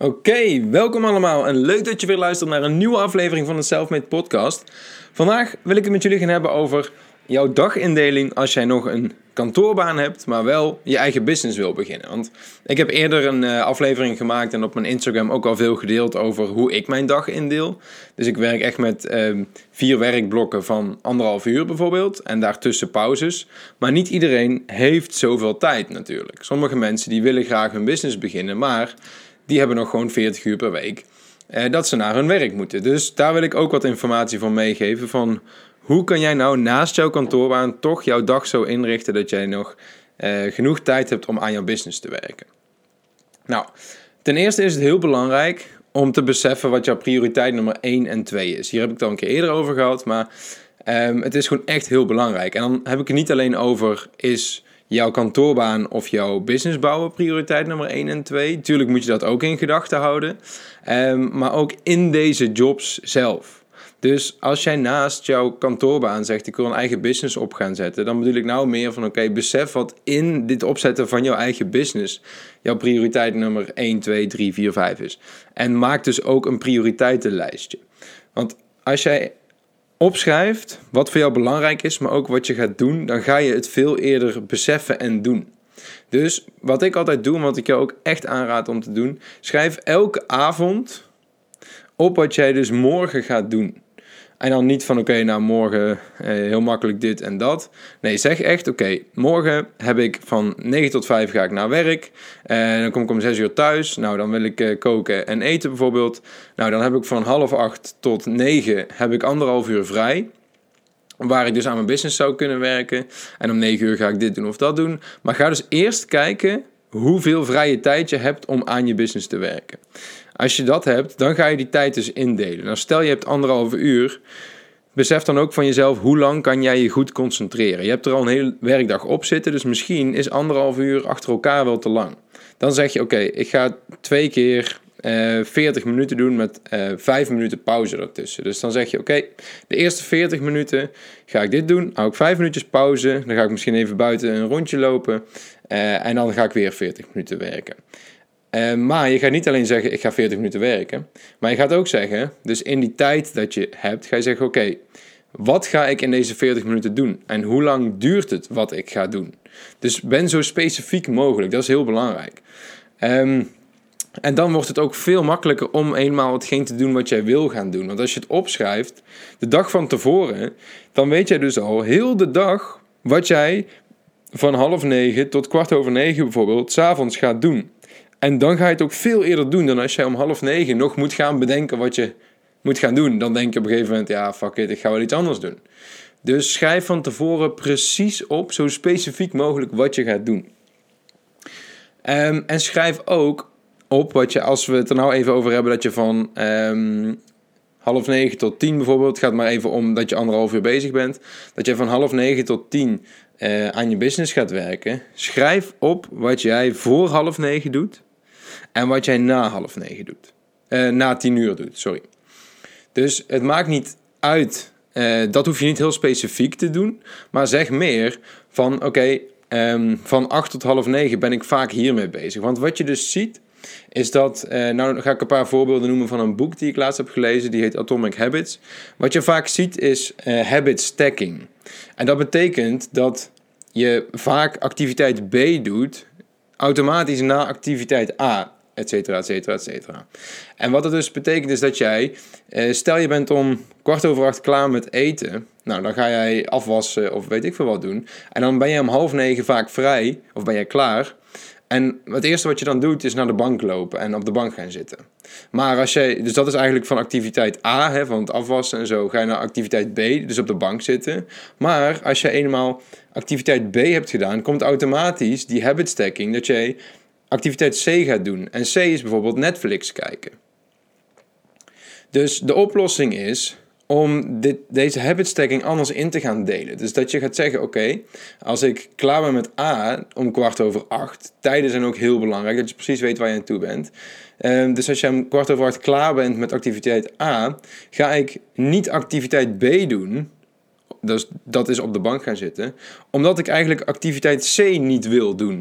Oké, welkom allemaal en leuk dat je weer luistert naar een nieuwe aflevering van de Selfmade Podcast. Vandaag wil ik het met jullie gaan hebben over jouw dagindeling als jij nog een kantoorbaan hebt, maar wel je eigen business wil beginnen. Want ik heb eerder een aflevering gemaakt en op mijn Instagram ook al veel gedeeld over hoe ik mijn dag indeel. Dus ik werk echt met 4 werkblokken van 1,5 uur bijvoorbeeld en daartussen pauzes. Maar niet iedereen heeft zoveel tijd natuurlijk. Sommige mensen die willen graag hun business beginnen, maar die hebben nog gewoon 40 uur per week dat ze naar hun werk moeten. Dus daar wil ik ook wat informatie van meegeven van hoe kan jij nou naast jouw kantoorbaan toch jouw dag zo inrichten dat jij nog genoeg tijd hebt om aan jouw business te werken. Nou, ten eerste is het heel belangrijk om te beseffen wat jouw prioriteit nummer 1 en 2 is. Hier heb ik het al een keer eerder over gehad, maar het is gewoon echt heel belangrijk. En dan heb ik het niet alleen over is jouw kantoorbaan of jouw business bouwen prioriteit nummer 1 en 2. Tuurlijk moet je dat ook in gedachten houden. Maar ook in deze jobs zelf. Dus als jij naast jouw kantoorbaan zegt ik wil een eigen business op gaan zetten. Dan bedoel ik nou meer van oké, besef wat in dit opzetten van jouw eigen business jouw prioriteit nummer 1, 2, 3, 4, 5 is. En maak dus ook een prioriteitenlijstje. Want als jij opschrijft wat voor jou belangrijk is, maar ook wat je gaat doen, dan ga je het veel eerder beseffen en doen. Dus wat ik altijd doe, en wat ik jou ook echt aanraad om te doen, schrijf elke avond op wat jij dus morgen gaat doen. En dan niet van oké, morgen heel makkelijk dit en dat. Nee, zeg echt oké, morgen heb ik van 9 tot 5 ga ik naar werk. Dan kom ik om 6 uur thuis. Nou, dan wil ik koken en eten bijvoorbeeld. Nou, dan heb ik van 7:30 tot 9 heb ik 1,5 uur vrij. Waar ik dus aan mijn business zou kunnen werken. En om 9 uur ga ik dit doen of dat doen. Maar ga dus eerst kijken hoeveel vrije tijd je hebt om aan je business te werken. Als je dat hebt, dan ga je die tijd dus indelen. Nou, stel je hebt 1,5 uur. Besef dan ook van jezelf, hoe lang kan jij je goed concentreren? Je hebt er al een hele werkdag op zitten, dus misschien is 1,5 uur achter elkaar wel te lang. Dan zeg je, oké, ik ga 2 keer 40 minuten doen met 5 minuten pauze ertussen. Dus dan zeg je, oké, de eerste 40 minuten ga ik dit doen. Hou ik 5 minuutjes pauze. Dan ga ik misschien even buiten een rondje lopen. En dan ga ik weer 40 minuten werken. Maar je gaat niet alleen zeggen, ik ga 40 minuten werken. Maar je gaat ook zeggen, dus in die tijd dat je hebt, ga je zeggen, oké, wat ga ik in deze 40 minuten doen? En hoe lang duurt het wat ik ga doen? Dus ben zo specifiek mogelijk. Dat is heel belangrijk. En dan wordt het ook veel makkelijker om eenmaal hetgeen te doen wat jij wil gaan doen. Want als je het opschrijft, de dag van tevoren, dan weet jij dus al heel de dag wat jij van 8:30 tot 9:15 bijvoorbeeld 's avonds gaat doen. En dan ga je het ook veel eerder doen dan als jij om 8:30 nog moet gaan bedenken wat je moet gaan doen. Dan denk je op een gegeven moment, ja, fuck it, ik ga wel iets anders doen. Dus schrijf van tevoren precies op, zo specifiek mogelijk, wat je gaat doen. En schrijf ook op wat je, als we het er nou even over hebben, dat je van 8:30 tot 10 bijvoorbeeld, het gaat maar even om dat je 1,5 uur bezig bent, dat je van 8:30 tot 10 aan je business gaat werken. Schrijf op wat jij voor 8:30 doet en wat jij na 8:30 doet. Na 10 uur doet, sorry. Dus het maakt niet uit, dat hoef je niet heel specifiek te doen, maar zeg meer van oké, van 8 tot 8:30 ben ik vaak hiermee bezig. Want wat je dus ziet, is dat, nou ga ik een paar voorbeelden noemen van een boek die ik laatst heb gelezen, die heet Atomic Habits. Wat je vaak ziet is habit stacking. En dat betekent dat je vaak activiteit B doet, automatisch na activiteit A, et cetera, et cetera, et cetera. En wat het dus betekent is dat jij, stel je bent om 7:15 klaar met eten, nou dan ga jij afwassen of weet ik veel wat doen. En dan ben je om 8:30 vaak vrij, of ben jij klaar. En het eerste wat je dan doet is naar de bank lopen en op de bank gaan zitten. Maar als jij, dus dat is eigenlijk van activiteit A, van het afwassen en zo, ga je naar activiteit B, dus op de bank zitten. Maar als je eenmaal activiteit B hebt gedaan, komt automatisch die habit stacking dat jij activiteit C gaat doen. En C is bijvoorbeeld Netflix kijken. Dus de oplossing is om deze habit stacking anders in te gaan delen. Dus dat je gaat zeggen, oké, als ik klaar ben met A om 7:15, tijden zijn ook heel belangrijk, dat je precies weet waar je aan toe bent. Dus als je om 7:15 klaar bent met activiteit A, ga ik niet activiteit B doen, dus dat is op de bank gaan zitten, omdat ik eigenlijk activiteit C niet wil doen.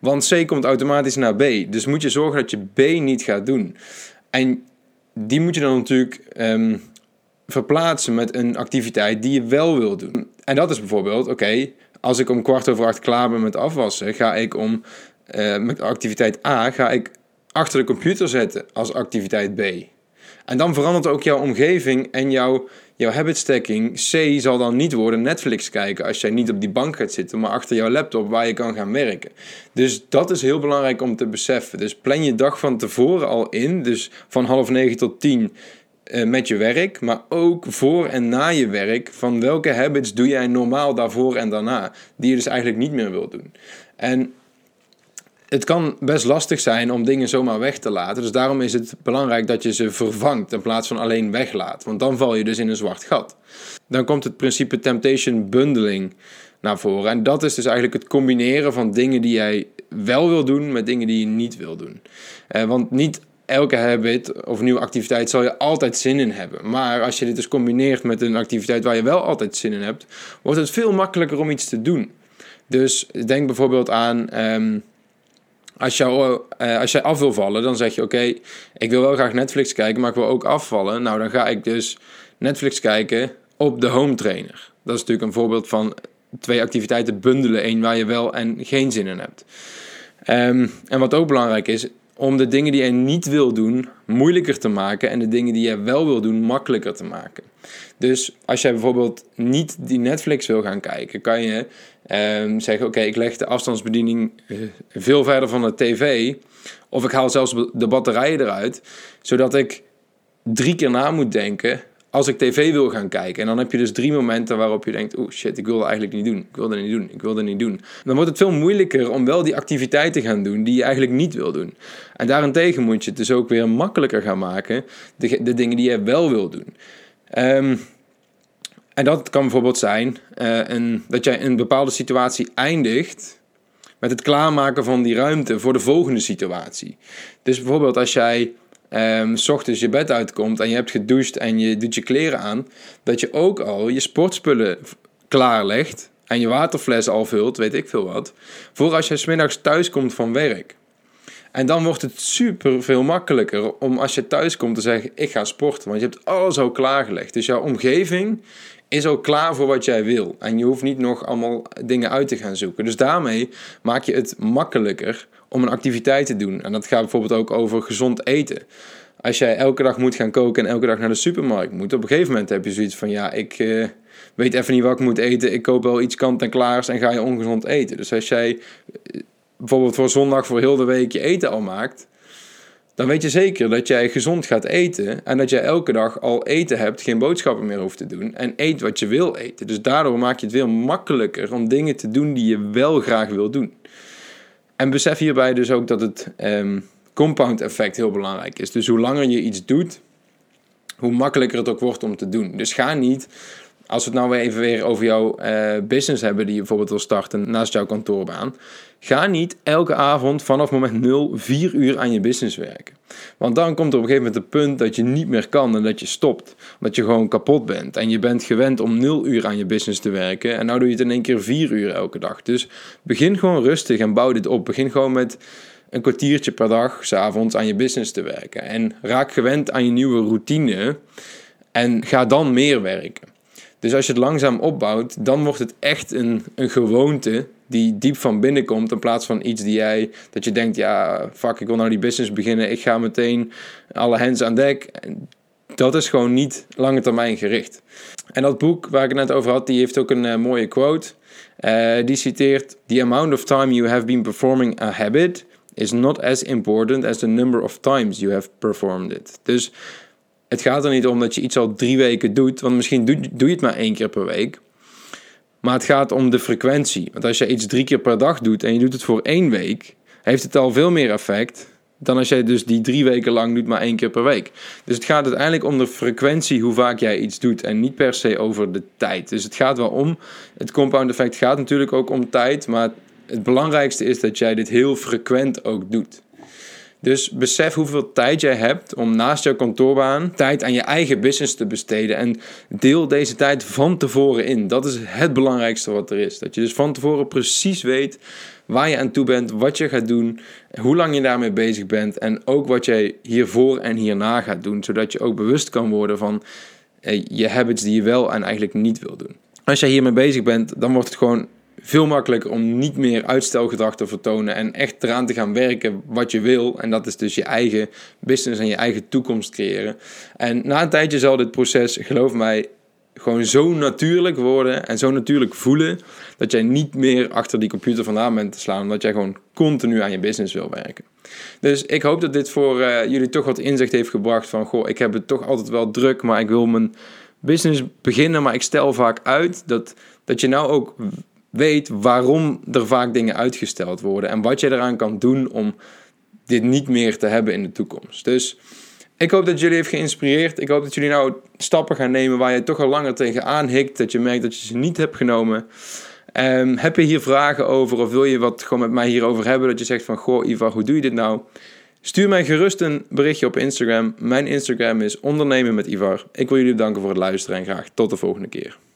Want C komt automatisch naar B. Dus moet je zorgen dat je B niet gaat doen. En die moet je dan natuurlijk verplaatsen met een activiteit die je wel wil doen. En dat is bijvoorbeeld, oké, als ik om 7:15 klaar ben met afwassen, ga ik met activiteit A ga ik achter de computer zetten als activiteit B. En dan verandert ook jouw omgeving en jouw habit stacking. C zal dan niet worden Netflix kijken als jij niet op die bank gaat zitten, maar achter jouw laptop waar je kan gaan werken. Dus dat is heel belangrijk om te beseffen. Dus plan je dag van tevoren al in, dus van 8:30 tot 10 met je werk, maar ook voor en na je werk. Van welke habits doe jij normaal daarvoor en daarna, die je dus eigenlijk niet meer wilt doen. En het kan best lastig zijn om dingen zomaar weg te laten. Dus daarom is het belangrijk dat je ze vervangt in plaats van alleen weglaat. Want dan val je dus in een zwart gat. Dan komt het principe temptation bundling naar voren. En dat is dus eigenlijk het combineren van dingen die jij wel wil doen met dingen die je niet wil doen. Want niet elke habit of nieuwe activiteit zal je altijd zin in hebben. Maar als je dit dus combineert met een activiteit waar je wel altijd zin in hebt, wordt het veel makkelijker om iets te doen. Dus denk bijvoorbeeld aan als jij af wil vallen, dan zeg je oké, ik wil wel graag Netflix kijken, maar ik wil ook afvallen. Nou, dan ga ik dus Netflix kijken op de home trainer. Dat is natuurlijk een voorbeeld van 2 activiteiten bundelen. 1 waar je wel en geen zin in hebt. En wat ook belangrijk is, om de dingen die je niet wil doen moeilijker te maken en de dingen die je wel wil doen makkelijker te maken. Dus als jij bijvoorbeeld niet die Netflix wil gaan kijken, kan je zeggen oké, ik leg de afstandsbediening veel verder van de tv, of ik haal zelfs de batterijen eruit, zodat ik 3 keer na moet denken als ik tv wil gaan kijken. En dan heb je dus 3 momenten waarop je denkt, shit, ik wil dat eigenlijk niet doen. Ik wil dat niet doen. Dan wordt het veel moeilijker om wel die activiteit te gaan doen die je eigenlijk niet wil doen. En daarentegen moet je het dus ook weer makkelijker gaan maken, de dingen die je wel wil doen. En dat kan bijvoorbeeld zijn dat jij in een bepaalde situatie eindigt met het klaarmaken van die ruimte voor de volgende situatie. Dus bijvoorbeeld als jij 's ochtends je bed uitkomt en je hebt gedoucht en je doet je kleren aan, dat je ook al je sportspullen klaarlegt en je waterfles al vult, weet ik veel wat, voor als je 's middags thuis komt van werk. En dan wordt het super veel makkelijker om als je thuis komt te zeggen, ik ga sporten, want je hebt alles al klaargelegd. Dus jouw omgeving is al klaar voor wat jij wil. En je hoeft niet nog allemaal dingen uit te gaan zoeken. Dus daarmee maak je het makkelijker om een activiteit te doen. En dat gaat bijvoorbeeld ook over gezond eten. Als jij elke dag moet gaan koken en elke dag naar de supermarkt moet, op een gegeven moment heb je zoiets van, ik weet even niet wat ik moet eten. Ik koop wel iets kant-en-klaars en ga je ongezond eten. Dus als jij bijvoorbeeld voor zondag voor heel de week je eten al maakt, dan weet je zeker dat jij gezond gaat eten en dat jij elke dag al eten hebt, geen boodschappen meer hoeft te doen en eet wat je wil eten. Dus daardoor maak je het veel makkelijker om dingen te doen die je wel graag wil doen. En besef hierbij dus ook dat het compound effect heel belangrijk is. Dus hoe langer je iets doet, hoe makkelijker het ook wordt om te doen. Dus ga niet, als we het nou weer over jouw business hebben die je bijvoorbeeld wil starten naast jouw kantoorbaan, ga niet elke avond vanaf moment 0 4 uur aan je business werken. Want dan komt er op een gegeven moment een punt dat je niet meer kan en dat je stopt. Omdat je gewoon kapot bent. En je bent gewend om 0 uur aan je business te werken. En nou doe je het in één keer 4 uur elke dag. Dus begin gewoon rustig en bouw dit op. Begin gewoon met een kwartiertje per dag 's avonds aan je business te werken. En raak gewend aan je nieuwe routine. En ga dan meer werken. Dus als je het langzaam opbouwt, dan wordt het echt een gewoonte die diep van binnen komt, in plaats van iets dat je denkt, ik wil nou die business beginnen, ik ga meteen alle hands aan dek. Dat is gewoon niet lange termijn gericht. En dat boek waar ik het net over had, die heeft ook een mooie quote. Die citeert, "The amount of time you have been performing a habit is not as important as the number of times you have performed it." Dus het gaat er niet om dat je iets al 3 weken doet, want misschien doe je het maar 1 keer per week. Maar het gaat om de frequentie. Want als je iets 3 keer per dag doet en je doet het voor 1 week, heeft het al veel meer effect dan als jij dus die 3 weken lang doet maar 1 keer per week. Dus het gaat uiteindelijk om de frequentie, hoe vaak jij iets doet en niet per se over de tijd. Dus het gaat wel om, het compound effect gaat natuurlijk ook om tijd, maar het belangrijkste is dat jij dit heel frequent ook doet. Dus besef hoeveel tijd jij hebt om naast jouw kantoorbaan tijd aan je eigen business te besteden. En deel deze tijd van tevoren in. Dat is het belangrijkste wat er is. Dat je dus van tevoren precies weet waar je aan toe bent, wat je gaat doen, hoe lang je daarmee bezig bent en ook wat jij hiervoor en hierna gaat doen, zodat je ook bewust kan worden van je habits die je wel en eigenlijk niet wil doen. Als jij hiermee bezig bent, dan wordt het gewoon veel makkelijker om niet meer uitstelgedrag te vertonen en echt eraan te gaan werken wat je wil. En dat is dus je eigen business en je eigen toekomst creëren. En na een tijdje zal dit proces, geloof mij, gewoon zo natuurlijk worden en zo natuurlijk voelen dat jij niet meer achter die computer vandaan bent te slaan, omdat jij gewoon continu aan je business wil werken. Dus ik hoop dat dit voor jullie toch wat inzicht heeft gebracht van, ik heb het toch altijd wel druk, maar ik wil mijn business beginnen, maar ik stel vaak uit dat je nou ook weet waarom er vaak dingen uitgesteld worden en wat je eraan kan doen om dit niet meer te hebben in de toekomst. Dus ik hoop dat jullie heeft geïnspireerd. Ik hoop dat jullie nou stappen gaan nemen waar je toch al langer tegenaan hikt, dat je merkt dat je ze niet hebt genomen. Heb je hier vragen over of wil je wat gewoon met mij hierover hebben, dat je zegt van, Ivar, hoe doe je dit nou? Stuur mij gerust een berichtje op Instagram. Mijn Instagram is ondernemen met Ivar. Ik wil jullie bedanken voor het luisteren en graag tot de volgende keer.